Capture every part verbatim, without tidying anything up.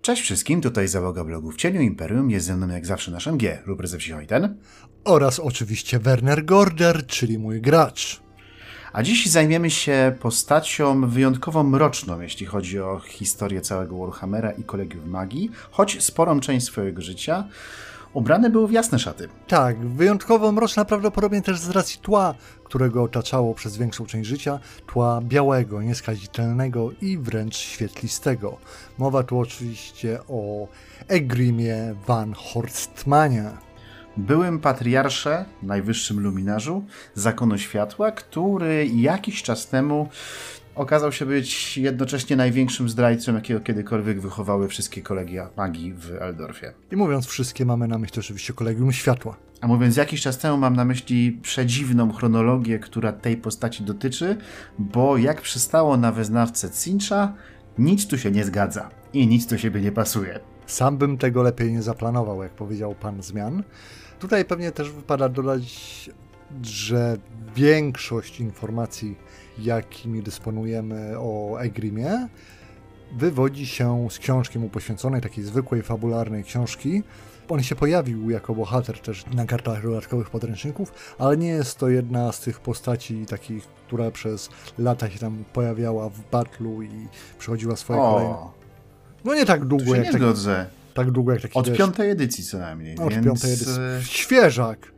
Cześć wszystkim, tutaj Załoga Blogu w Cieniu Imperium, jest ze mną jak zawsze nasz M G, Rubry Zewsichojten. Oraz oczywiście Werner Gorder, czyli mój gracz. A dziś zajmiemy się postacią wyjątkowo mroczną, jeśli chodzi o historię całego Warhammera i Kolegium Magii, choć sporą część swojego życia ubrany był w jasne szaty. Tak, wyjątkowo mroczna prawdopodobnie też z racji tła, którego otaczało przez większą część życia, tła białego, nieskazitelnego i wręcz świetlistego. Mowa tu oczywiście o Egrimie van Horstmanie. Byłym patriarsze, najwyższym luminarzu Zakonu Światła, który jakiś czas temu okazał się być jednocześnie największym zdrajcą, jakiego kiedykolwiek wychowały wszystkie kolegia magii w Eldorfie. I mówiąc wszystkie, mamy na myśli oczywiście Kolegium Światła. A mówiąc jakiś czas temu, mam na myśli przedziwną chronologię, która tej postaci dotyczy, bo jak przystało na wyznawcę Tzeentcha, nic tu się nie zgadza i nic do siebie nie pasuje. Sam bym tego lepiej nie zaplanował, jak powiedział pan Zmian. Tutaj pewnie też wypada dodać, że większość informacji, jakimi dysponujemy o Egrimie, wywodzi się z książki mu poświęconej, takiej zwykłej, fabularnej książki. On się pojawił jako bohater też na kartach dodatkowych podręczników, ale nie jest to jedna z tych postaci takich, która przez lata się tam pojawiała w battlu i przechodziła swoje o, kolejne... No nie tak długo tu się jak nie taki... zgodzę. Tak długo jak taki... Od deszcz. piątej edycji co najmniej. Od więc... piątej edycji. Świeżak.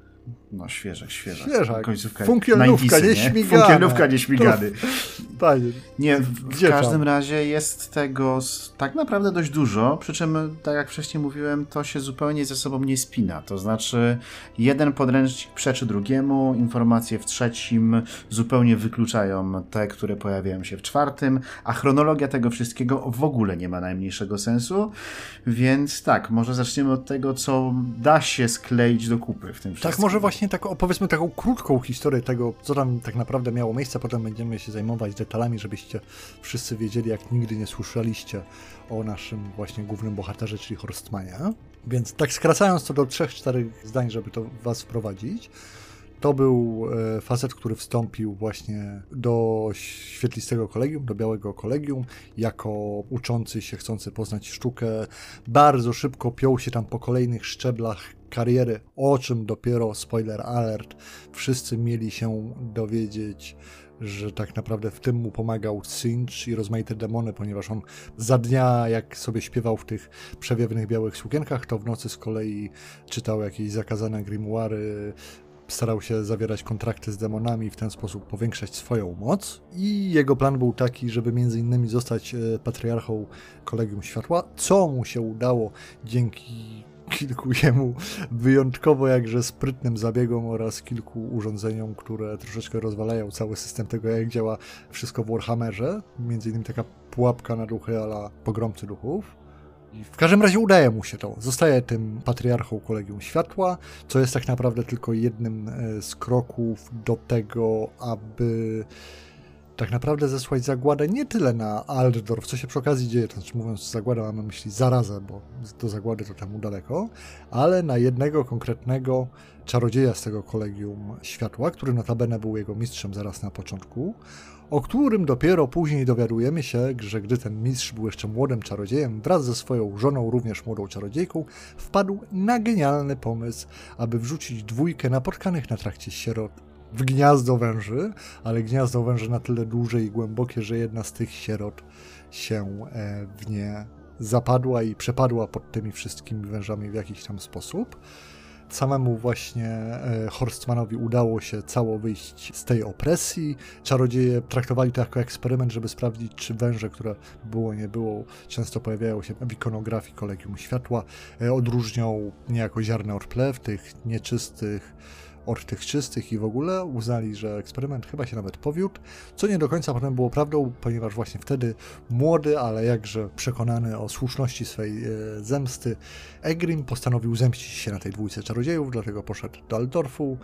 No świeżak, świeżak. Świeżak. Końcówka Funkielnówka, nie? nieśmigany. Funkielnówka nieśmigany. Panie, Nie, w, w każdym tam? razie jest tego tak naprawdę dość dużo, przy czym, tak jak wcześniej mówiłem, to się zupełnie ze sobą nie spina. To znaczy, jeden podręcznik przeczy drugiemu, informacje w trzecim zupełnie wykluczają te, które pojawiają się w czwartym, a chronologia tego wszystkiego w ogóle nie ma najmniejszego sensu, więc tak, może zaczniemy od tego, co da się skleić do kupy w tym wszystkim. Tak, może właśnie tak, opowiedzmy taką krótką historię tego, co tam tak naprawdę miało miejsce, potem będziemy się zajmować detalami, żebyście wszyscy wiedzieli, jak nigdy nie słyszeliście o naszym właśnie głównym bohaterze, czyli Horstmanie. Więc tak skracając to do trzech, czterech zdań, żeby to was wprowadzić, to był facet, który wstąpił właśnie do świetlistego kolegium, do białego kolegium, jako uczący się, chcący poznać sztukę. Bardzo szybko piął się tam po kolejnych szczeblach kariery, o czym dopiero, spoiler alert, wszyscy mieli się dowiedzieć, że tak naprawdę w tym mu pomagał Tzeentch i rozmaite demony, ponieważ on za dnia, jak sobie śpiewał w tych przewiewnych białych sukienkach, to w nocy z kolei czytał jakieś zakazane grimoiry, starał się zawierać kontrakty z demonami i w ten sposób powiększać swoją moc. I jego plan był taki, żeby między innymi zostać patriarchą Kolegium Światła, co mu się udało dzięki kilku jemu wyjątkowo jakże sprytnym zabiegom oraz kilku urządzeniom, które troszeczkę rozwalają cały system tego, jak działa wszystko w Warhammerze. Między innymi taka pułapka na duchy a la pogromcy duchów. I w każdym razie udaje mu się to. Zostaje tym patriarchą Kolegium Światła, co jest tak naprawdę tylko jednym z kroków do tego, aby tak naprawdę zesłać zagładę nie tyle na Altdorf, co się przy okazji dzieje, to znaczy mówiąc zagłada mamy na myśli zarazę, bo do zagłady to temu daleko, ale na jednego konkretnego czarodzieja z tego Kolegium Światła, który notabene był jego mistrzem zaraz na początku, o którym dopiero później dowiadujemy się, że gdy ten mistrz był jeszcze młodym czarodziejem, wraz ze swoją żoną, również młodą czarodziejką, wpadł na genialny pomysł, aby wrzucić dwójkę napotkanych na trakcie sierot w gniazdo węży, ale gniazdo węży na tyle duże i głębokie, że jedna z tych sierot się w nie zapadła i przepadła pod tymi wszystkimi wężami w jakiś tam sposób. Samemu właśnie Horstmanowi udało się cało wyjść z tej opresji. Czarodzieje traktowali to jako eksperyment, żeby sprawdzić, czy węże, które było, nie było, często pojawiają się w ikonografii Kolegium Światła, odróżnią niejako ziarna od plew, tych nieczystych od tych czystych i w ogóle uznali, że eksperyment chyba się nawet powiódł, co nie do końca potem było prawdą, ponieważ właśnie wtedy młody, ale jakże przekonany o słuszności swej e, zemsty, Egrim postanowił zemścić się na tej dwójce czarodziejów, dlatego poszedł do Altdorfu,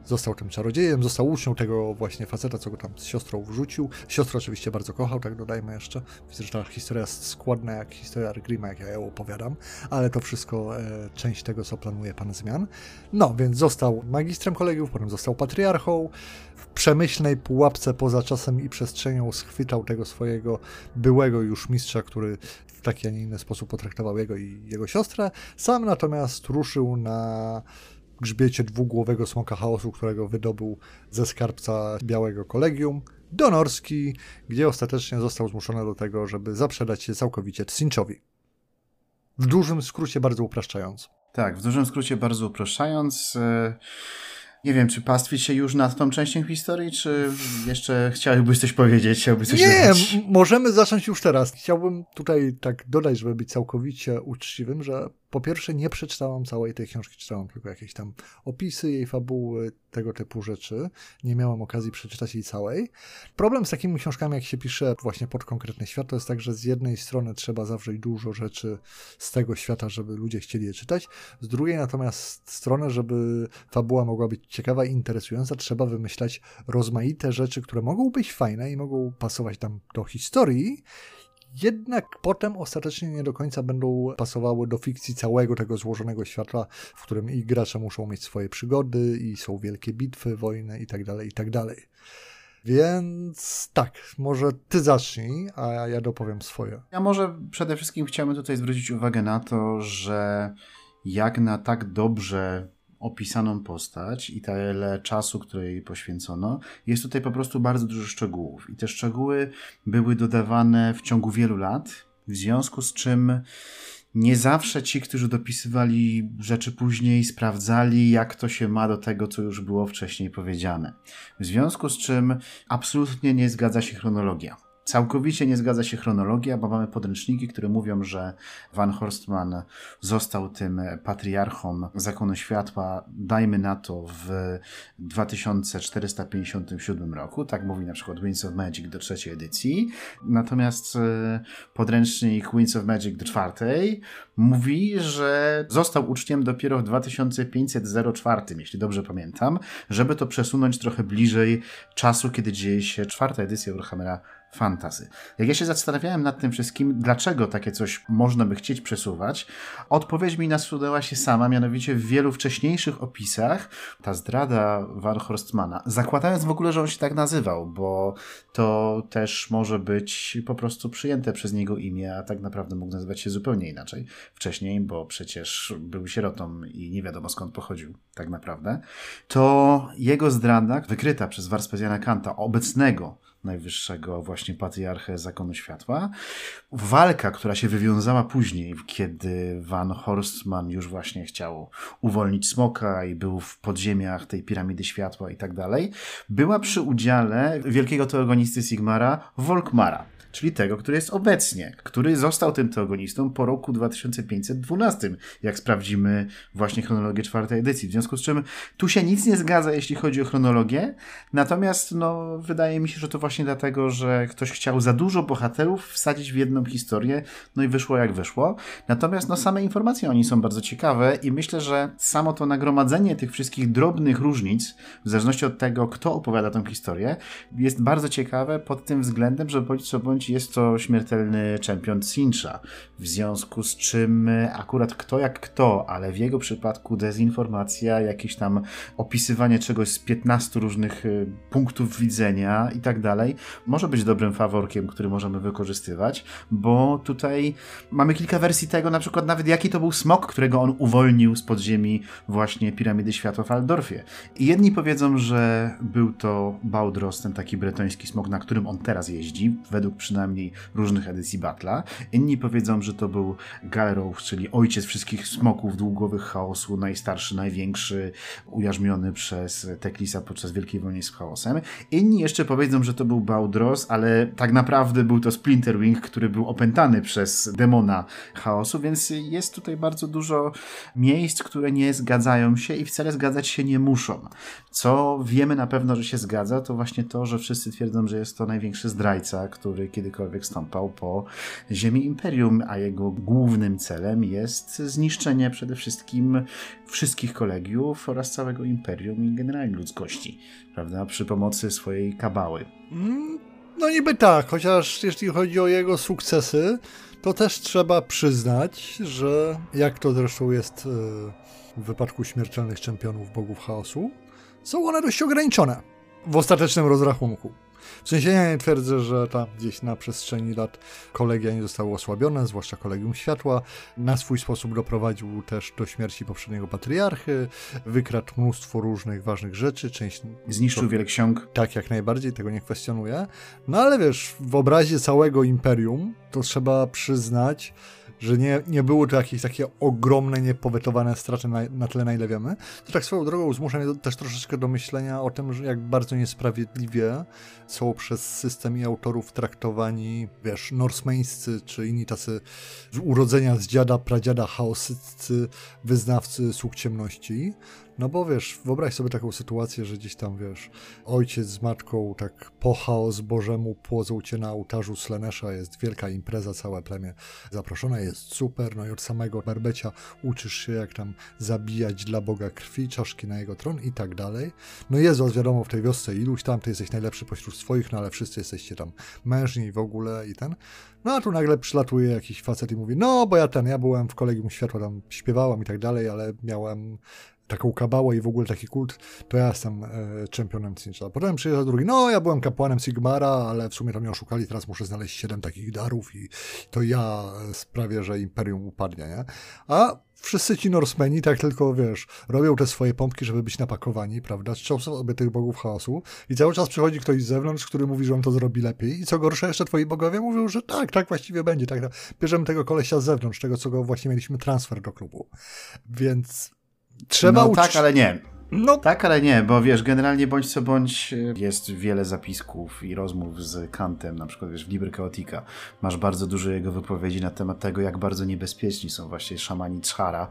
został tym czarodziejem, został ucznią tego właśnie faceta, co go tam z siostrą wrzucił. Siostrę oczywiście bardzo kochał, tak dodajmy jeszcze. Widzę, że ta historia jest składna jak historia Grima, jak ja ją opowiadam, ale to wszystko e, część tego, co planuje Pan Zmian. No, więc został magistrem kolegiów, potem został patriarchą. W przemyślnej pułapce poza czasem i przestrzenią schwytał tego swojego byłego już mistrza, który w taki, a nie inny sposób potraktował jego i jego siostrę. Sam natomiast ruszył na grzbiecie dwugłowego smoka chaosu, którego wydobył ze skarbca białego kolegium, do Norski, gdzie ostatecznie został zmuszony do tego, żeby zaprzedać się całkowicie Tzeentchowi. W dużym skrócie, bardzo upraszczając. Tak, w dużym skrócie, bardzo upraszczając. Nie wiem, czy pastwić się już nad tą częścią historii, czy jeszcze chciałbyś coś powiedzieć, chciałbyś coś Nie, dodać? m- możemy zacząć już teraz. Chciałbym tutaj tak dodać, żeby być całkowicie uczciwym, że po pierwsze nie przeczytałam całej tej książki, czytałam tylko jakieś tam opisy jej fabuły, tego typu rzeczy. Nie miałam okazji przeczytać jej całej. Problem z takimi książkami, jak się pisze właśnie pod konkretny świat, to jest tak, że z jednej strony trzeba zawrzeć dużo rzeczy z tego świata, żeby ludzie chcieli je czytać, z drugiej natomiast strony, żeby fabuła mogła być ciekawa i interesująca, trzeba wymyślać rozmaite rzeczy, które mogą być fajne i mogą pasować tam do historii, jednak potem ostatecznie nie do końca będą pasowały do fikcji całego tego złożonego świata, w którym i gracze muszą mieć swoje przygody i są wielkie bitwy, wojny i tak dalej, i tak dalej. Więc tak, może ty zacznij, a ja dopowiem swoje. Ja może przede wszystkim chciałbym tutaj zwrócić uwagę na to, że jak na tak dobrze opisaną postać i tyle czasu, które jej poświęcono, jest tutaj po prostu bardzo dużo szczegółów. I te szczegóły były dodawane w ciągu wielu lat, w związku z czym nie zawsze ci, którzy dopisywali rzeczy później, sprawdzali, jak to się ma do tego, co już było wcześniej powiedziane. W związku z czym absolutnie nie zgadza się chronologia. Całkowicie nie zgadza się chronologia, bo mamy podręczniki, które mówią, że Van Horstman został tym patriarchą Zakonu Światła, dajmy na to, w dwa tysiące czterysta pięćdziesiątym siódmym roku. Tak mówi na przykład Winds of Magic do trzeciej edycji. Natomiast podręcznik Winds of Magic do czwartej mówi, że został uczniem dopiero w dwa tysiące pięćset czwartym, jeśli dobrze pamiętam, żeby to przesunąć trochę bliżej czasu, kiedy dzieje się czwarta edycja Warhammera Fantasy. Jak ja się zastanawiałem nad tym wszystkim, dlaczego takie coś można by chcieć przesuwać, odpowiedź mi nasuwała się sama, mianowicie w wielu wcześniejszych opisach ta zdrada Van Horstmana, zakładając w ogóle, że on się tak nazywał, bo to też może być po prostu przyjęte przez niego imię, a tak naprawdę mógł nazywać się zupełnie inaczej wcześniej, bo przecież był sierotą i nie wiadomo skąd pochodził tak naprawdę, to jego zdrada, wykryta przez Vespasiana Kanta, obecnego najwyższego właśnie patriarchę Zakonu Światła. Walka, która się wywiązała później, kiedy Van Horstman już właśnie chciał uwolnić smoka i był w podziemiach tej piramidy światła i tak dalej, była przy udziale wielkiego teogonisty Sigmara, Volkmara, czyli tego, który jest obecnie, który został tym teogonistą po roku dwa tysiące pięćset dwunastym, jak sprawdzimy właśnie chronologię czwartej edycji. W związku z czym tu się nic nie zgadza, jeśli chodzi o chronologię, natomiast no, wydaje mi się, że to właśnie dlatego, że ktoś chciał za dużo bohaterów wsadzić w jedną historię, no i wyszło jak wyszło. Natomiast no, same informacje o nich są bardzo ciekawe i myślę, że samo to nagromadzenie tych wszystkich drobnych różnic, w zależności od tego, kto opowiada tę historię, jest bardzo ciekawe pod tym względem, że bądź co bądź jest to śmiertelny czempion Tzeentcha, w związku z czym akurat kto jak kto, ale w jego przypadku dezinformacja, jakieś tam opisywanie czegoś z piętnastu różnych punktów widzenia i tak dalej, może być dobrym faworkiem, który możemy wykorzystywać, bo tutaj mamy kilka wersji tego, na przykład nawet jaki to był smok, którego on uwolnił z podziemi właśnie piramidy światła w Aldorfie. I jedni powiedzą, że był to Baldros, ten taki bretoński smok, na którym on teraz jeździ, według przynajmniej różnych edycji Battle'a. Inni powiedzą, że to był Galrow, czyli ojciec wszystkich smoków dwugłowych chaosu, najstarszy, największy, ujarzmiony przez Teklisa podczas Wielkiej Wojny z Chaosem. Inni jeszcze powiedzą, że to był był Baldros, ale tak naprawdę był to Splinter Wing, który był opętany przez demona chaosu, więc jest tutaj bardzo dużo miejsc, które nie zgadzają się i wcale zgadzać się nie muszą. Co wiemy na pewno, że się zgadza, to właśnie to, że wszyscy twierdzą, że jest to największy zdrajca, który kiedykolwiek stąpał po ziemi Imperium, a jego głównym celem jest zniszczenie przede wszystkim wszystkich kolegiów oraz całego Imperium i generalnie ludzkości, prawda, przy pomocy swojej kabały. No niby tak, chociaż jeśli chodzi o jego sukcesy, to też trzeba przyznać, że jak to zresztą jest w wypadku śmiertelnych czempionów bogów chaosu, są one dość ograniczone w ostatecznym rozrachunku. W sensie ja nie twierdzę, że tam gdzieś na przestrzeni lat kolegia nie zostało osłabione, zwłaszcza Kolegium Światła. Na swój sposób doprowadził też do śmierci poprzedniego patriarchy, wykradł mnóstwo różnych ważnych rzeczy, część... Zniszczył to, wiele ksiąg. Tak, jak najbardziej, tego nie kwestionuję. No ale wiesz, w obrazie całego Imperium to trzeba przyznać, że nie, nie było to jakieś takie ogromne, niepowetowane straty na, na tyle, na ile wiemy. To tak swoją drogą zmusza mnie też troszeczkę do myślenia o tym, że jak bardzo niesprawiedliwie są przez system i autorów traktowani, wiesz, norsemeńscy czy inni tacy z urodzenia z dziada, pradziada chaosyccy wyznawcy sług ciemności. No bo wiesz, wyobraź sobie taką sytuację, że gdzieś tam, wiesz, ojciec z matką tak po chaos Bożemu płodzą cię na ołtarzu Slanesha, jest wielka impreza, całe plemię zaproszone, jest super, no i od samego berbecia uczysz się, jak tam zabijać dla Boga krwi, czaszki na jego tron i tak dalej. No jest was wiadomo w tej wiosce iluś tam, ty jesteś najlepszy pośród swoich, no ale wszyscy jesteście tam mężni w ogóle i ten. No a tu nagle przylatuje jakiś facet i mówi, no bo ja ten, ja byłem w Kolegium Światła, tam śpiewałam i tak dalej, ale miałem taką kabałę i w ogóle taki kult, to ja jestem e, czempionem Tzeentcha. Potem przyjeżdża drugi, no ja byłem kapłanem Sigmara, ale w sumie to mnie oszukali, teraz muszę znaleźć siedem takich darów i to ja sprawię, że Imperium upadnie, nie? A wszyscy ci Norsemeni tak tylko, wiesz, robią te swoje pompki, żeby być napakowani, prawda? Czczą sobie tych bogów chaosu i cały czas przychodzi ktoś z zewnątrz, który mówi, że on to zrobi lepiej i co gorsza, jeszcze twoi bogowie mówią, że tak, tak właściwie będzie, tak. Bierzemy tego kolesia z zewnątrz, tego, co go właśnie mieliśmy transfer do klubu. Więc trzeba no ucz... tak, ale nie. No. Tak, ale nie, bo wiesz, generalnie bądź co bądź jest wiele zapisków i rozmów z Kantem, na przykład wiesz, w Liber Chaotica. Masz bardzo dużo jego wypowiedzi na temat tego, jak bardzo niebezpieczni są właśnie szamani Czara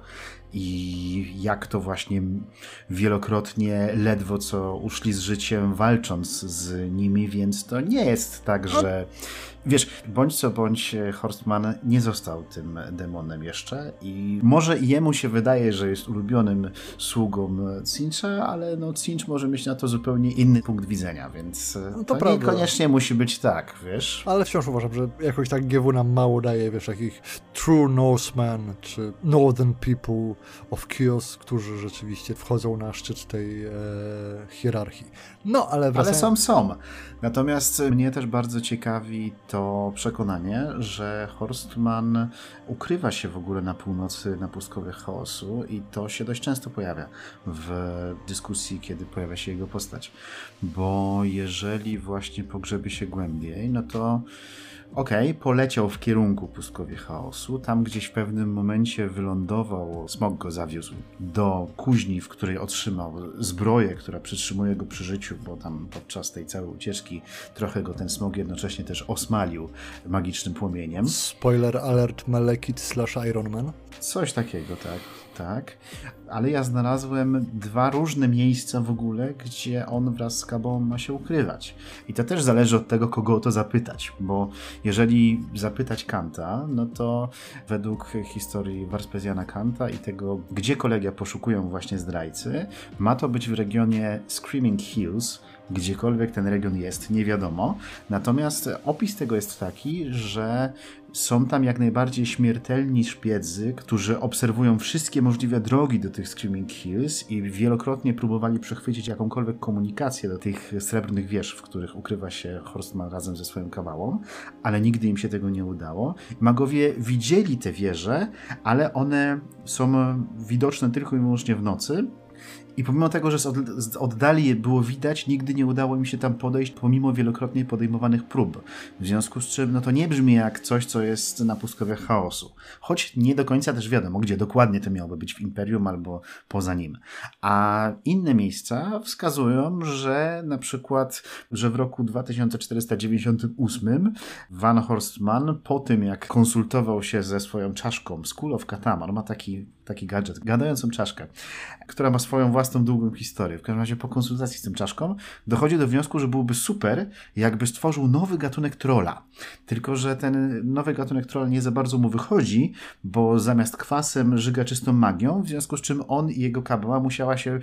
i jak to właśnie wielokrotnie ledwo co uszli z życiem walcząc z nimi, więc to nie jest tak, że wiesz, bądź co bądź Horstman nie został tym demonem jeszcze i może jemu się wydaje, że jest ulubionym sługą Tzeentcha, ale no Tzeentch może mieć na to zupełnie inny punkt widzenia, więc no to, to niekoniecznie musi być tak, wiesz. Ale wciąż uważam, że jakoś tak G W nam mało daje, wiesz, takich true Norsemen, czy Northern People of Chaos, którzy rzeczywiście wchodzą na szczyt tej e, hierarchii. No, ale wracając... Ale są, są. Natomiast mnie też bardzo ciekawi to przekonanie, że Horstman ukrywa się w ogóle na północy na pustkowiach chaosu i to się dość często pojawia w dyskusji, kiedy pojawia się jego postać. Bo jeżeli właśnie pogrzebie się głębiej, no to okej, okay, poleciał w kierunku pustkowie chaosu, tam gdzieś w pewnym momencie wylądował, smog go zawiózł do kuźni, w której otrzymał zbroję, która przytrzymuje go przy życiu, bo tam podczas tej całej ucieczki trochę go ten smog jednocześnie też osmalił magicznym płomieniem. Spoiler alert, Malekith slash Iron Man. Coś takiego, tak, tak. Ale ja znalazłem dwa różne miejsca w ogóle, gdzie on wraz z Kabą ma się ukrywać. I to też zależy od tego, kogo o to zapytać, bo jeżeli zapytać Kanta, no to według historii Warspezjana Kanta i tego, gdzie kolegia poszukują właśnie zdrajcy, ma to być w regionie Screaming Hills, gdziekolwiek ten region jest, nie wiadomo. Natomiast opis tego jest taki, że są tam jak najbardziej śmiertelni szpiedzy, którzy obserwują wszystkie możliwe drogi do tych Screaming Hills i wielokrotnie próbowali przechwycić jakąkolwiek komunikację do tych srebrnych wież, w których ukrywa się Horstman razem ze swoją kabałą, ale nigdy im się tego nie udało. Magowie widzieli te wieże, ale one są widoczne tylko i wyłącznie w nocy I pomimo tego, że z, od, z oddali było widać, nigdy nie udało mi się tam podejść, pomimo wielokrotnie podejmowanych prób. W związku z czym no to nie brzmi jak coś, co jest na pustkowiach chaosu. Choć nie do końca też wiadomo, gdzie dokładnie to miałoby być w Imperium albo poza nim. A inne miejsca wskazują, że na przykład, że w roku dwa tysiące czterysta dziewięćdziesiątym ósmym Van Horstman po tym, jak konsultował się ze swoją czaszką School of Katam, on ma taki, taki gadżet, gadającą czaszkę, która ma swoją własną długą historię. W każdym razie po konsultacji z tym czaszką dochodzi do wniosku, że byłoby super, jakby stworzył nowy gatunek trolla. Tylko że ten nowy gatunek trolla nie za bardzo mu wychodzi, bo zamiast kwasem żyga czystą magią, w związku z czym on i jego kabała musiała się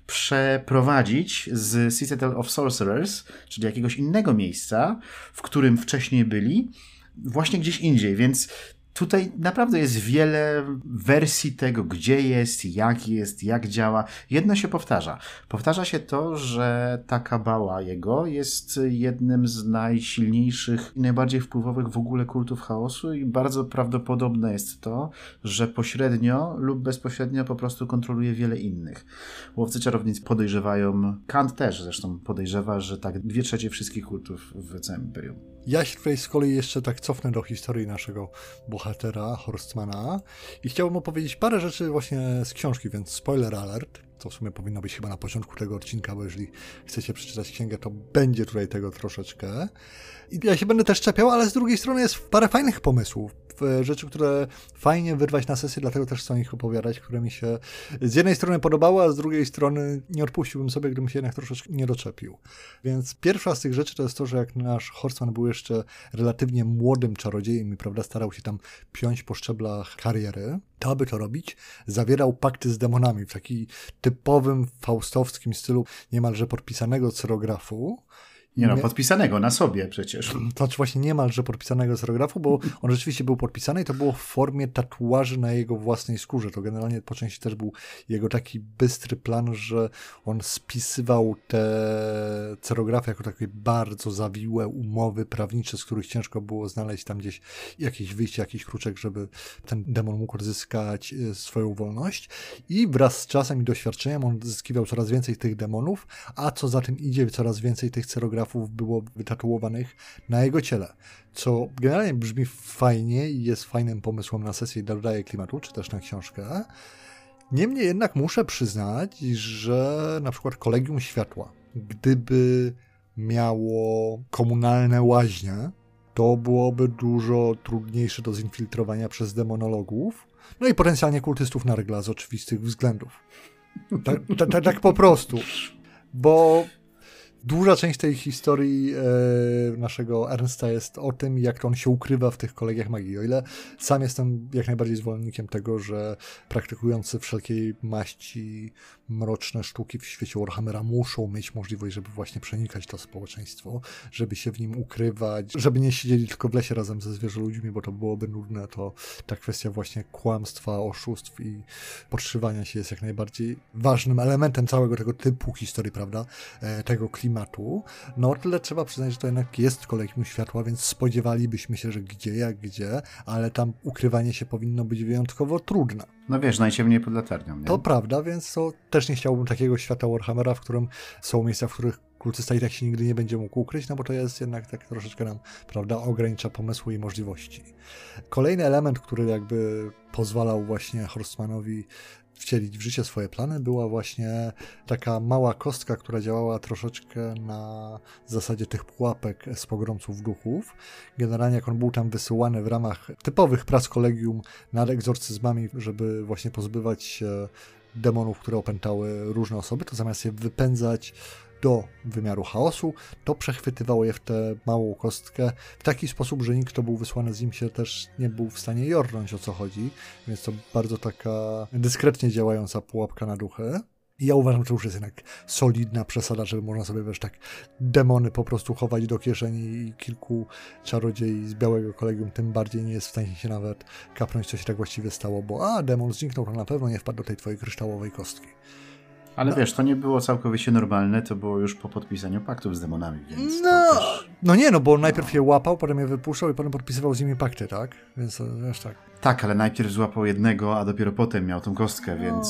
przeprowadzić z Citadel of Sorcerers, czyli jakiegoś innego miejsca, w którym wcześniej byli, właśnie gdzieś indziej, więc tutaj naprawdę jest wiele wersji tego, gdzie jest, jak jest, jak działa. Jedno się powtarza. Powtarza się to, że ta kabała jego jest jednym z najsilniejszych i najbardziej wpływowych w ogóle kultów chaosu i bardzo prawdopodobne jest to, że pośrednio lub bezpośrednio po prostu kontroluje wiele innych. Łowcy czarownic podejrzewają, Kant też zresztą podejrzewa, że tak dwie trzecie wszystkich kultów w całym Imperium. Ja się tutaj z kolei jeszcze tak cofnę do historii naszego bohatera, Horstmana, i chciałbym opowiedzieć parę rzeczy właśnie z książki, więc spoiler alert, to w sumie powinno być chyba na początku tego odcinka, bo jeżeli chcecie przeczytać księgę, to będzie tutaj tego troszeczkę. I ja się będę też czepiał, ale z drugiej strony jest parę fajnych pomysłów, rzeczy, które fajnie wyrwać na sesję, dlatego też chcę o nich opowiadać, które mi się z jednej strony podobały, a z drugiej strony nie odpuściłbym sobie, gdybym się jednak troszeczkę nie doczepił. Więc pierwsza z tych rzeczy to jest to, że jak nasz Horstman był jeszcze relatywnie młodym czarodziejem i prawda, starał się tam piąć po szczeblach kariery, to aby to robić, zawierał pakty z demonami w taki typowym faustowskim stylu niemalże podpisanego cerografu. Nie no, podpisanego na sobie przecież. To znaczy właśnie niemalże podpisanego cerografu, bo on rzeczywiście był podpisany i to było w formie tatuaży na jego własnej skórze. To generalnie po części też był jego taki bystry plan, że on spisywał te cerografy jako takie bardzo zawiłe umowy prawnicze, z których ciężko było znaleźć tam gdzieś jakieś wyjście, jakiś kruczek, żeby ten demon mógł odzyskać swoją wolność. I wraz z czasem i doświadczeniem on zyskiwał coraz więcej tych demonów, a co za tym idzie, coraz więcej tych cerografów było wytatuowanych na jego ciele, co generalnie brzmi fajnie i jest fajnym pomysłem na sesję i dodaje klimatu, czy też na książkę. Niemniej jednak muszę przyznać, że na przykład Kolegium Światła, gdyby miało komunalne łaźnie, to byłoby dużo trudniejsze do zinfiltrowania przez demonologów, no i potencjalnie kultystów Nargla z oczywistych względów. Tak, tak, tak, tak po prostu. Bo duża część tej historii e, naszego Ernsta jest o tym, jak to on się ukrywa w tych kolegiach magii. O ile sam jestem jak najbardziej zwolennikiem tego, że praktykujący wszelkiej maści mroczne sztuki w świecie Warhammera muszą mieć możliwość, żeby właśnie przenikać to społeczeństwo, żeby się w nim ukrywać, żeby nie siedzieli tylko w lesie razem ze zwierzoludźmi, bo to byłoby nudne, to ta kwestia właśnie kłamstwa, oszustw i podszywania się jest jak najbardziej ważnym elementem całego tego typu historii, prawda, e, tego klimatu. No o tyle trzeba przyznać, że to jednak jest Kolegium Światła, więc spodziewalibyśmy się, że gdzie jak gdzie, ale tam ukrywanie się powinno być wyjątkowo trudne. No wiesz, najciemniej pod latarnią, nie? To prawda, więc to też nie chciałbym takiego świata Warhammera, w którym są miejsca, w których kultysta i tak się nigdy nie będzie mógł ukryć, no bo to jest jednak tak troszeczkę nam, prawda, ogranicza pomysły i możliwości. Kolejny element, który jakby pozwalał właśnie Horstmanowi wcielić w życie swoje plany, była właśnie taka mała kostka, która działała troszeczkę na zasadzie tych pułapek z pogromców duchów. Generalnie jak on był tam wysyłany w ramach typowych prac kolegium nad egzorcyzmami, żeby właśnie pozbywać się demonów, które opętały różne osoby, to zamiast je wypędzać do wymiaru chaosu, to przechwytywało je w tę małą kostkę w taki sposób, że nikt, kto był wysłany z nim, się też nie był w stanie jornąć, o co chodzi, więc to bardzo taka dyskretnie działająca pułapka na duchy. I ja uważam, że to już jest jednak solidna przesada, żeby można sobie, wiesz, tak demony po prostu chować do kieszeni i kilku czarodziei z białego kolegium tym bardziej nie jest w stanie się nawet kapnąć, co się tak właściwie stało, bo a, demon zniknął, to na pewno nie wpadł do tej twojej kryształowej kostki. Ale no. Wiesz, to nie było całkowicie normalne, to było już po podpisaniu paktów z demonami, więc no, to też... no nie, no bo najpierw je łapał, potem je wypuszczał i potem podpisywał z nimi pakty, tak? Więc wiesz, tak. Tak, ale najpierw złapał jednego, a dopiero potem miał tą kostkę, więc... No.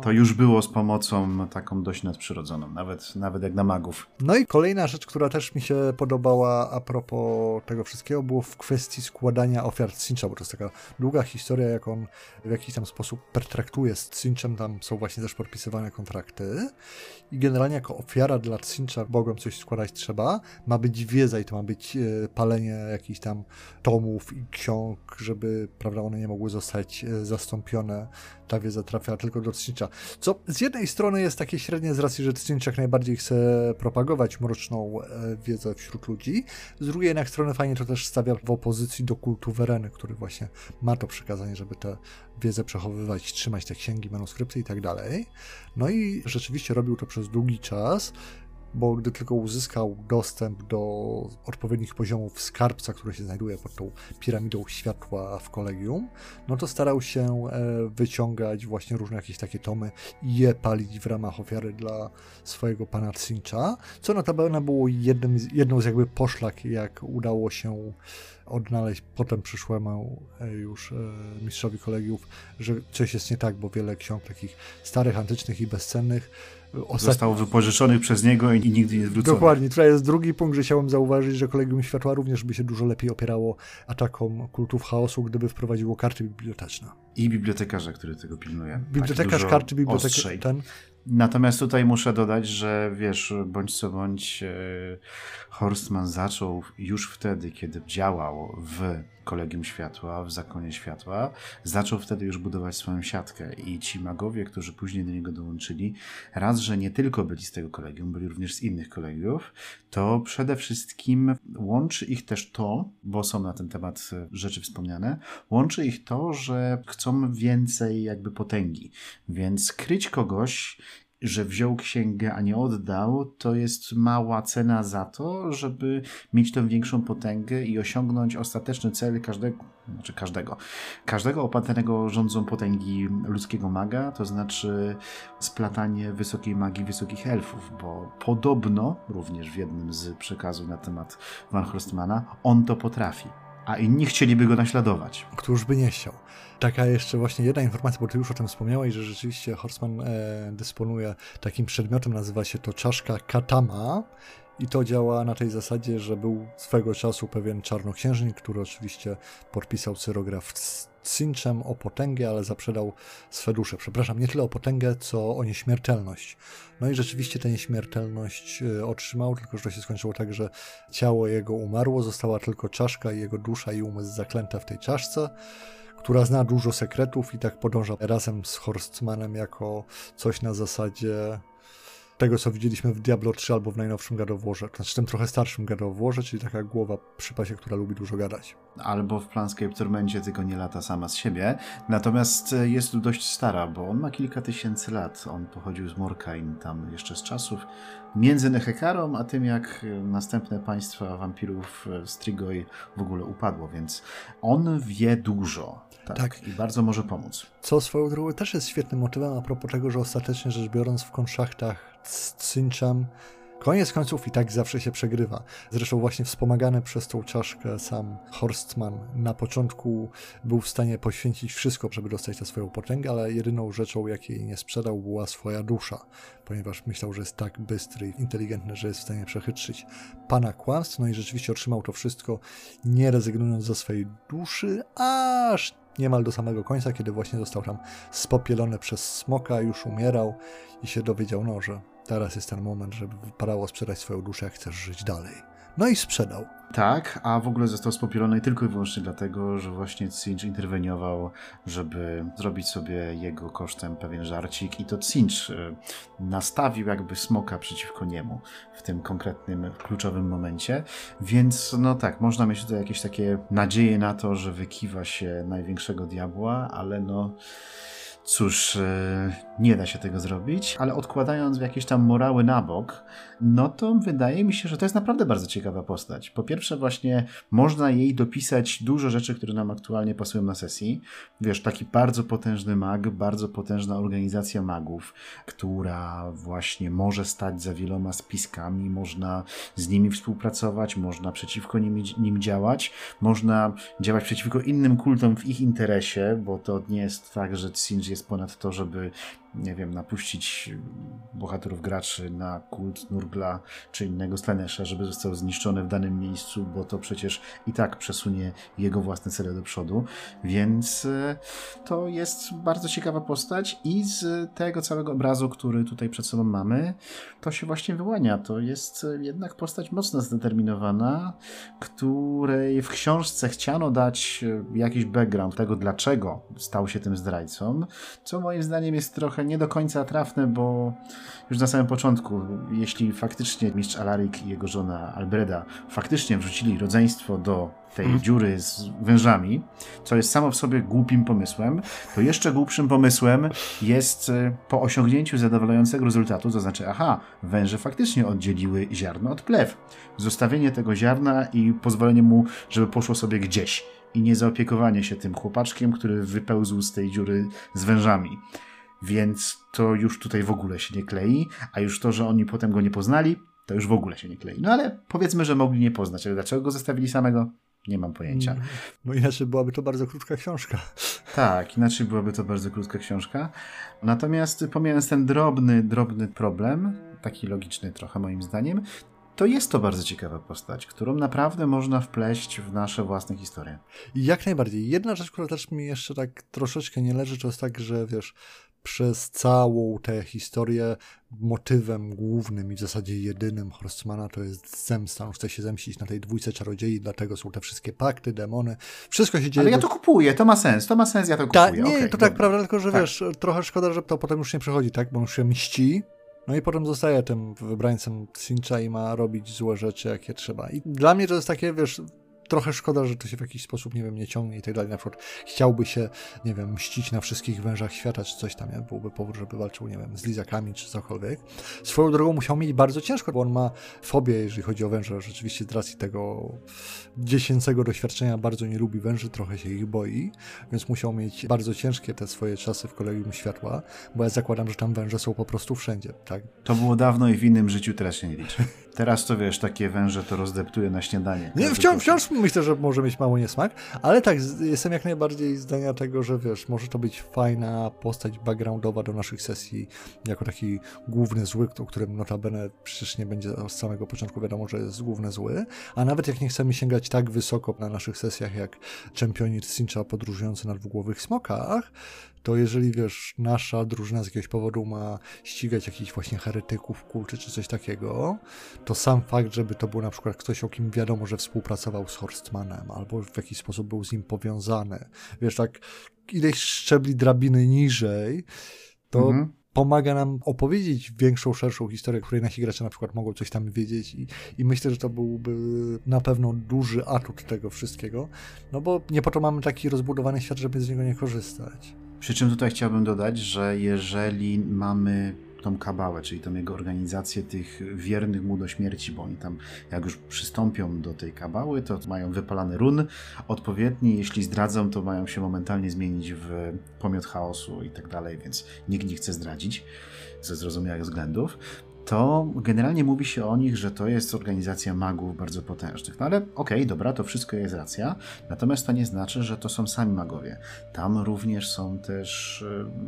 to już było z pomocą taką dość nadprzyrodzoną, nawet, nawet jak na magów. No i kolejna rzecz, która też mi się podobała a propos tego wszystkiego, było w kwestii składania ofiar Tzeentcha, bo to jest taka długa historia, jak on w jakiś tam sposób pertraktuje z Tzeentchem, tam są właśnie też podpisywane kontrakty i generalnie jako ofiara dla Tzeentcha Bogom coś składać trzeba, ma być wiedza i to ma być e, palenie jakichś tam tomów i ksiąg, żeby, prawda, one nie mogły zostać e, zastąpione, ta wiedza trafia tylko do Tzeentcha. Co z jednej strony jest takie średnie z racji, że Tzeentch jak najbardziej chce propagować mroczną e, wiedzę wśród ludzi, z drugiej jednak strony fajnie to też stawia w opozycji do kultu Wereny, który właśnie ma to przykazanie, żeby tę wiedzę przechowywać, trzymać te księgi, manuskrypty i tak dalej. No i rzeczywiście robił to przez długi czas, bo gdy tylko uzyskał dostęp do odpowiednich poziomów skarbca, który się znajduje pod tą piramidą światła w kolegium, no to starał się wyciągać właśnie różne jakieś takie tomy i je palić w ramach ofiary dla swojego pana Tzeentcha, co notabene było jednym, jedną z jakby poszlak, jak udało się odnaleźć potem przyszłemu już mistrzowi kolegiów, że coś jest nie tak, bo wiele ksiąg takich starych, antycznych i bezcennych Ostat... zostało wypożyczonych przez niego i nigdy nie zwróconych. Dokładnie. Tutaj jest drugi punkt, że chciałem zauważyć, że Kolegium Światła również by się dużo lepiej opierało atakom kultów chaosu, gdyby wprowadziło karty biblioteczne. I bibliotekarza, który tego pilnuje. Bibliotekarz, karty bibliotekarza. Ten... Natomiast tutaj muszę dodać, że wiesz, bądź co bądź e, Horstman zaczął już wtedy, kiedy działał w Kolegium Światła, w Zakonie Światła, zaczął wtedy już budować swoją siatkę i ci magowie, którzy później do niego dołączyli, raz, że nie tylko byli z tego kolegium, byli również z innych kolegiów, to przede wszystkim łączy ich też to, bo są na ten temat rzeczy wspomniane, łączy ich to, że chcą więcej jakby potęgi, więc kryć kogoś, że wziął księgę, a nie oddał, to jest mała cena za to, żeby mieć tę większą potęgę i osiągnąć ostateczny cel każdego, znaczy każdego, każdego opatrzonego rządzą potęgi ludzkiego maga, to znaczy splatanie wysokiej magii wysokich elfów, bo podobno, również w jednym z przekazów na temat Van Horstmana, on to potrafi, a inni chcieliby go naśladować. Któż by nie chciał. Taka jeszcze właśnie jedna informacja, bo ty już o tym wspomniałeś, że rzeczywiście Horstman e, dysponuje takim przedmiotem, nazywa się to czaszka Katama i to działa na tej zasadzie, że był swego czasu pewien czarnoksiężnik, który oczywiście podpisał cyrograf z Tzeentchem o potęgę, ale zaprzedał swe dusze. Przepraszam, nie tyle o potęgę, co o nieśmiertelność. No i rzeczywiście tę nieśmiertelność otrzymał, tylko że to się skończyło tak, że ciało jego umarło, została tylko czaszka i jego dusza i umysł zaklęta w tej czaszce, która zna dużo sekretów i tak podąża razem z Horstmanem jako coś na zasadzie tego, co widzieliśmy w Diablo trzy albo w najnowszym God of Warze, znaczy tym trochę starszym God of Warze, czyli taka głowa przy pasie, która lubi dużo gadać. Albo w Planescape Tormencie, tylko nie lata sama z siebie. Natomiast jest dość stara, bo on ma kilka tysięcy lat. On pochodził z Morkain, tam jeszcze z czasów między Nehekarą, a tym jak następne państwa wampirów Strigoi w ogóle upadło, więc on wie dużo. Tak, tak. I bardzo może pomóc. Co swoją drogą też jest świetnym motywem a propos tego, że ostatecznie rzecz biorąc w konszachtach z Tzeentchem koniec końców i tak zawsze się przegrywa. Zresztą właśnie wspomagany przez tą czaszkę sam Horstman na początku był w stanie poświęcić wszystko, żeby dostać tę swoją potęgę, ale jedyną rzeczą, jakiej nie sprzedał, była swoja dusza, ponieważ myślał, że jest tak bystry i inteligentny, że jest w stanie przechytrzyć pana kłamstw, no i rzeczywiście otrzymał to wszystko, nie rezygnując ze swojej duszy, aż niemal do samego końca, kiedy właśnie został tam spopielony przez smoka, już umierał i się dowiedział, no, że teraz jest ten moment, żeby wypadało sprzedać swoją duszę, jak chcesz żyć dalej. No i sprzedał. Tak, a w ogóle został spopielony tylko i wyłącznie dlatego, że właśnie Tzeentch interweniował, żeby zrobić sobie jego kosztem pewien żarcik i to Tzeentch nastawił jakby smoka przeciwko niemu w tym konkretnym, kluczowym momencie, więc no tak, można mieć tutaj jakieś takie nadzieje na to, że wykiwa się największego diabła, ale no cóż, nie da się tego zrobić, ale odkładając jakieś tam morały na bok, no to wydaje mi się, że to jest naprawdę bardzo ciekawa postać. Po pierwsze właśnie można jej dopisać dużo rzeczy, które nam aktualnie pasują na sesji. Wiesz, taki bardzo potężny mag, bardzo potężna organizacja magów, która właśnie może stać za wieloma spiskami, można z nimi współpracować, można przeciwko nim, nim działać, można działać przeciwko innym kultom w ich interesie, bo to nie jest tak, że Tzeentch jest ponad to, żeby nie wiem, napuścić bohaterów graczy na kult Nurgla czy innego Slanesha, żeby został zniszczony w danym miejscu, bo to przecież i tak przesunie jego własne cele do przodu, więc to jest bardzo ciekawa postać i z tego całego obrazu, który tutaj przed sobą mamy, to się właśnie wyłania. To jest jednak postać mocno zdeterminowana, której w książce chciano dać jakiś background tego, dlaczego stał się tym zdrajcą, co moim zdaniem jest trochę nie do końca trafne, bo już na samym początku, jeśli faktycznie mistrz Alaric i jego żona Albreda faktycznie wrzucili rodzeństwo do tej hmm. dziury z wężami, co jest samo w sobie głupim pomysłem, to jeszcze głupszym pomysłem jest po osiągnięciu zadowalającego rezultatu, to znaczy, aha, węże faktycznie oddzieliły ziarno od plew. Zostawienie tego ziarna i pozwolenie mu, żeby poszło sobie gdzieś i nie zaopiekowanie się tym chłopaczkiem, który wypełzł z tej dziury z wężami. Więc to już tutaj w ogóle się nie klei, a już to, że oni potem go nie poznali, to już w ogóle się nie klei. No ale powiedzmy, że mogli nie poznać, ale dlaczego go zostawili samego? Nie mam pojęcia. No inaczej byłaby to bardzo krótka książka. Tak, inaczej byłaby to bardzo krótka książka. Natomiast pomijając ten drobny, drobny problem, taki logiczny trochę moim zdaniem, to jest to bardzo ciekawa postać, którą naprawdę można wpleść w nasze własne historie. Jak najbardziej. Jedna rzecz, która też mi jeszcze tak troszeczkę nie leży, to jest tak, że wiesz, przez całą tę historię motywem głównym i w zasadzie jedynym Horstmana to jest zemsta. On chce się zemścić na tej dwójce czarodziei, dlatego są te wszystkie pakty, demony. Wszystko się dzieje. Ale ja to kupuję, to ma sens, to ma sens, ja to kupuję. Ta, nie, okay, to dobra. Tak prawda, tylko że tak. Wiesz, trochę szkoda, że to potem już nie przechodzi, tak? Bo on się mści. No i potem zostaje tym wybrańcem Tzeentcha i ma robić złe rzeczy, jakie trzeba. I dla mnie to jest takie, wiesz, trochę szkoda, że to się w jakiś sposób, nie wiem, nie ciągnie i tak dalej. Na przykład chciałby się, nie wiem, mścić na wszystkich wężach świata, czy coś tam, nie? Byłby powód, żeby walczył, nie wiem, z lizakami, czy cokolwiek. Swoją drogą musiał mieć bardzo ciężko, bo on ma fobię, jeżeli chodzi o węże. Rzeczywiście z racji tego dziesięcego doświadczenia bardzo nie lubi węży, trochę się ich boi, więc musiał mieć bardzo ciężkie te swoje czasy w Kolegium Światła, bo ja zakładam, że tam węże są po prostu wszędzie, tak? To było dawno i w innym życiu, teraz się nie liczy. Teraz to wiesz, takie węże to rozdeptuje na śniadanie. Nie, wciąż, wciąż myślę, że może mieć mało niesmak, ale tak, jestem jak najbardziej zdania tego, że wiesz, może to być fajna postać backgroundowa do naszych sesji, jako taki główny zły, o którym notabene przecież nie będzie od samego początku wiadomo, że jest główny zły, a nawet jak nie chcemy sięgać tak wysoko na naszych sesjach, jak czempioni Tzeentcha podróżujący na dwugłowych smokach, to jeżeli, wiesz, nasza drużyna z jakiegoś powodu ma ścigać jakichś właśnie heretyków, kulty czy coś takiego, to sam fakt, żeby to był na przykład ktoś, o kim wiadomo, że współpracował z Horstmanem, albo w jakiś sposób był z nim powiązany, wiesz, tak ileś szczebli drabiny niżej, to mhm. pomaga nam opowiedzieć większą, szerszą historię, której nasi gracze na przykład mogą coś tam wiedzieć i, i myślę, że to byłby na pewno duży atut tego wszystkiego, no bo nie po to mamy taki rozbudowany świat, żeby z niego nie korzystać. Przy czym tutaj chciałbym dodać, że jeżeli mamy tą kabałę, czyli tą jego organizację tych wiernych mu do śmierci, bo oni tam jak już przystąpią do tej kabały, to mają wypalany run odpowiedni, jeśli zdradzą, to mają się momentalnie zmienić w pomiot chaosu i tak dalej, więc nikt nie chce zdradzić ze zrozumiałych względów. To generalnie mówi się o nich, że to jest organizacja magów bardzo potężnych. No ale okej, okay, dobra, to wszystko jest racja, natomiast to nie znaczy, że to są sami magowie. Tam również są też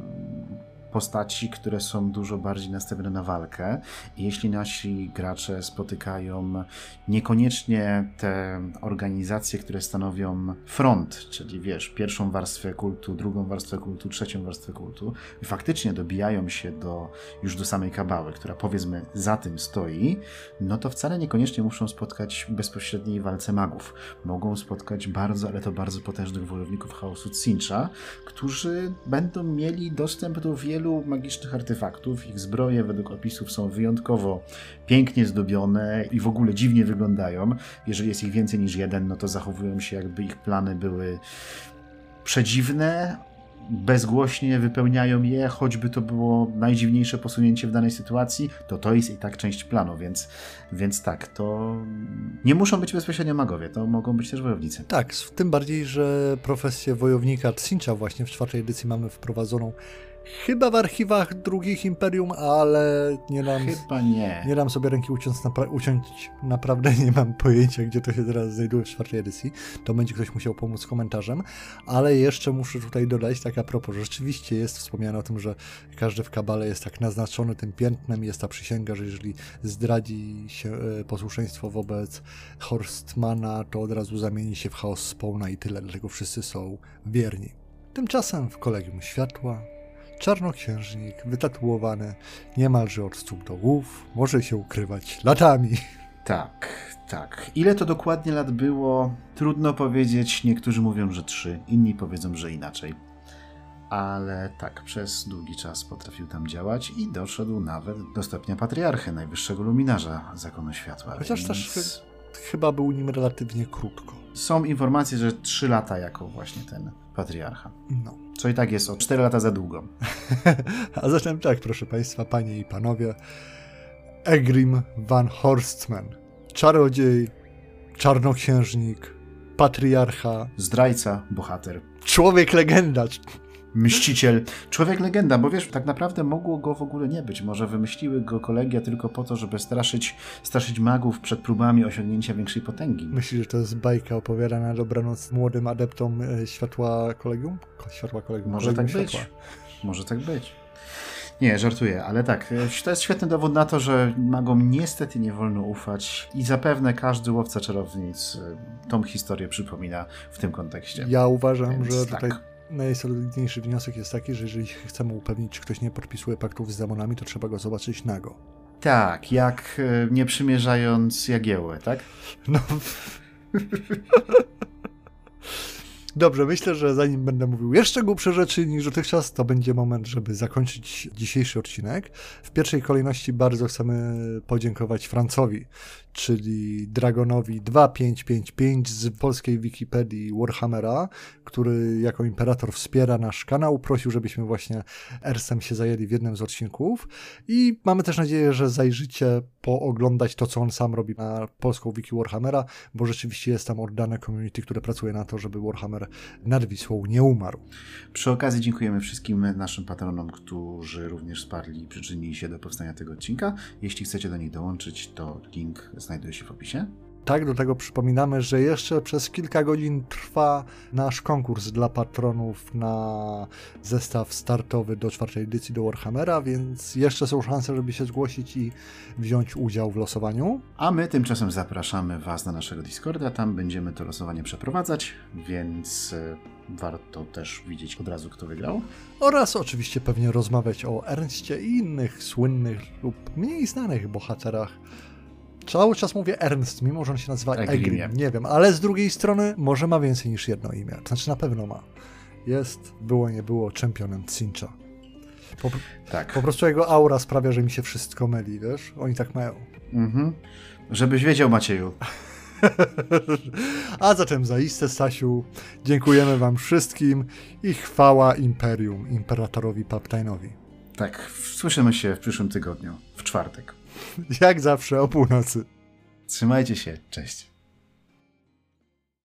postaci, które są dużo bardziej nastawione na walkę. I jeśli nasi gracze spotykają niekoniecznie te organizacje, które stanowią front, czyli wiesz, pierwszą warstwę kultu, drugą warstwę kultu, trzecią warstwę kultu i faktycznie dobijają się do, już do samej kabały, która powiedzmy za tym stoi, no to wcale niekoniecznie muszą spotkać w bezpośredniej walce magów. Mogą spotkać bardzo, ale to bardzo potężnych wojowników chaosu Tzeentcha, którzy będą mieli dostęp do wielu magicznych artefaktów. Ich zbroje według opisów są wyjątkowo pięknie zdobione i w ogóle dziwnie wyglądają. Jeżeli jest ich więcej niż jeden, no to zachowują się, jakby ich plany były przedziwne, bezgłośnie wypełniają je, choćby to było najdziwniejsze posunięcie w danej sytuacji, to to jest i tak część planu, więc, więc tak, to nie muszą być bezpośrednio magowie, to mogą być też wojownicy. Tak, tym bardziej, że profesję wojownika Tzeentcha właśnie w czwartej edycji mamy wprowadzoną Chyba w archiwach drugich Imperium, ale nie dam, Chyba nie. nie dam sobie ręki uciąć, napra- uciąć. Naprawdę nie mam pojęcia, gdzie to się teraz znajduje w czwartej edycji. To będzie ktoś musiał pomóc komentarzem. Ale jeszcze muszę tutaj dodać, tak a propos, rzeczywiście jest wspomniane o tym, że każdy w kabale jest tak naznaczony tym piętnem. Jest ta przysięga, że jeżeli zdradzi się e, posłuszeństwo wobec Horstmana, to od razu zamieni się w chaos Spawna i tyle. Dlatego wszyscy są wierni. Tymczasem w Kolegium Światła czarnoksiężnik wytatuowany niemalże od stóp do głów może się ukrywać latami. Tak, tak. Ile to dokładnie lat było? Trudno powiedzieć. Niektórzy mówią, że trzy, inni powiedzą, że inaczej. Ale tak, przez długi czas potrafił tam działać i doszedł nawet do stopnia patriarchy, najwyższego luminarza Zakonu Światła. Chociaż więc... też ch- chyba był nim relatywnie krótko. Są informacje, że trzy lata jako właśnie ten patriarcha. No. Co i tak jest o cztery lata za długo. A zatem tak, proszę Państwa, panie i panowie, Egrim van Horstman, czarodziej, czarnoksiężnik, patriarcha, Zdrajca, bohater, człowiek legenda. mściciel, człowiek legenda, bo wiesz, tak naprawdę mogło go w ogóle nie być. Może wymyśliły go kolegia tylko po to, żeby straszyć, straszyć magów przed próbami osiągnięcia większej potęgi. Myślisz, że to jest bajka opowiadana na dobranoc młodym adeptom e, światła kolegium? Ko- Światła kolegium. Może tak kolegium być. światła. Może tak być. Nie, żartuję, ale tak, to jest świetny dowód na to, że magom niestety nie wolno ufać i zapewne każdy łowca czarownic tą historię przypomina w tym kontekście. Ja uważam, Więc że tak. tutaj najsolidniejszy wniosek jest taki, że jeżeli chcemy upewnić, czy ktoś nie podpisuje paktów z demonami, to trzeba go zobaczyć nago. Tak, jak e, nie przymierzając jagiełły, tak? No. Dobrze, myślę, że zanim będę mówił jeszcze głupsze rzeczy niż dotychczas, to będzie moment, żeby zakończyć dzisiejszy odcinek. W pierwszej kolejności bardzo chcemy podziękować Francowi, czyli Dragonowi dwa pięć pięć pięć z polskiej Wikipedii Warhammera, który jako imperator wspiera nasz kanał. Prosił, żebyśmy właśnie Ersem się zajęli w jednym z odcinków i mamy też nadzieję, że zajrzycie pooglądać to, co on sam robi na polską Wiki Warhammera, bo rzeczywiście jest tam oddane community, które pracuje na to, żeby Warhammer nad Wisłą nie umarł. Przy okazji dziękujemy wszystkim naszym patronom, którzy również wsparli i przyczynili się do powstania tego odcinka. Jeśli chcecie do nich dołączyć, to link znajduje się w opisie. Tak, do tego przypominamy, że jeszcze przez kilka godzin trwa nasz konkurs dla patronów na zestaw startowy do czwartej edycji do Warhammera, więc jeszcze są szanse, żeby się zgłosić i wziąć udział w losowaniu. A my tymczasem zapraszamy Was na naszego Discorda, tam będziemy to losowanie przeprowadzać, więc y, warto też widzieć od razu, kto wygrał. Oraz oczywiście pewnie rozmawiać o Ernstie i innych słynnych lub mniej znanych bohaterach. Cały czas mówię Ernst, mimo że on się nazywa Egrim. Egrim, nie wiem, ale z drugiej strony może ma więcej niż jedno imię, to znaczy na pewno ma. Jest, było nie było, czempionem Tzeentcha. Po, Tak. po prostu jego aura sprawia, że mi się wszystko myli, wiesz? Oni tak mają. Mhm. Żebyś wiedział, Macieju. A zatem zaiste, Stasiu, dziękujemy wam wszystkim i chwała Imperium, imperatorowi Palpatine'owi. Tak, słyszymy się w przyszłym tygodniu, w czwartek. Jak zawsze o północy. Trzymajcie się, cześć.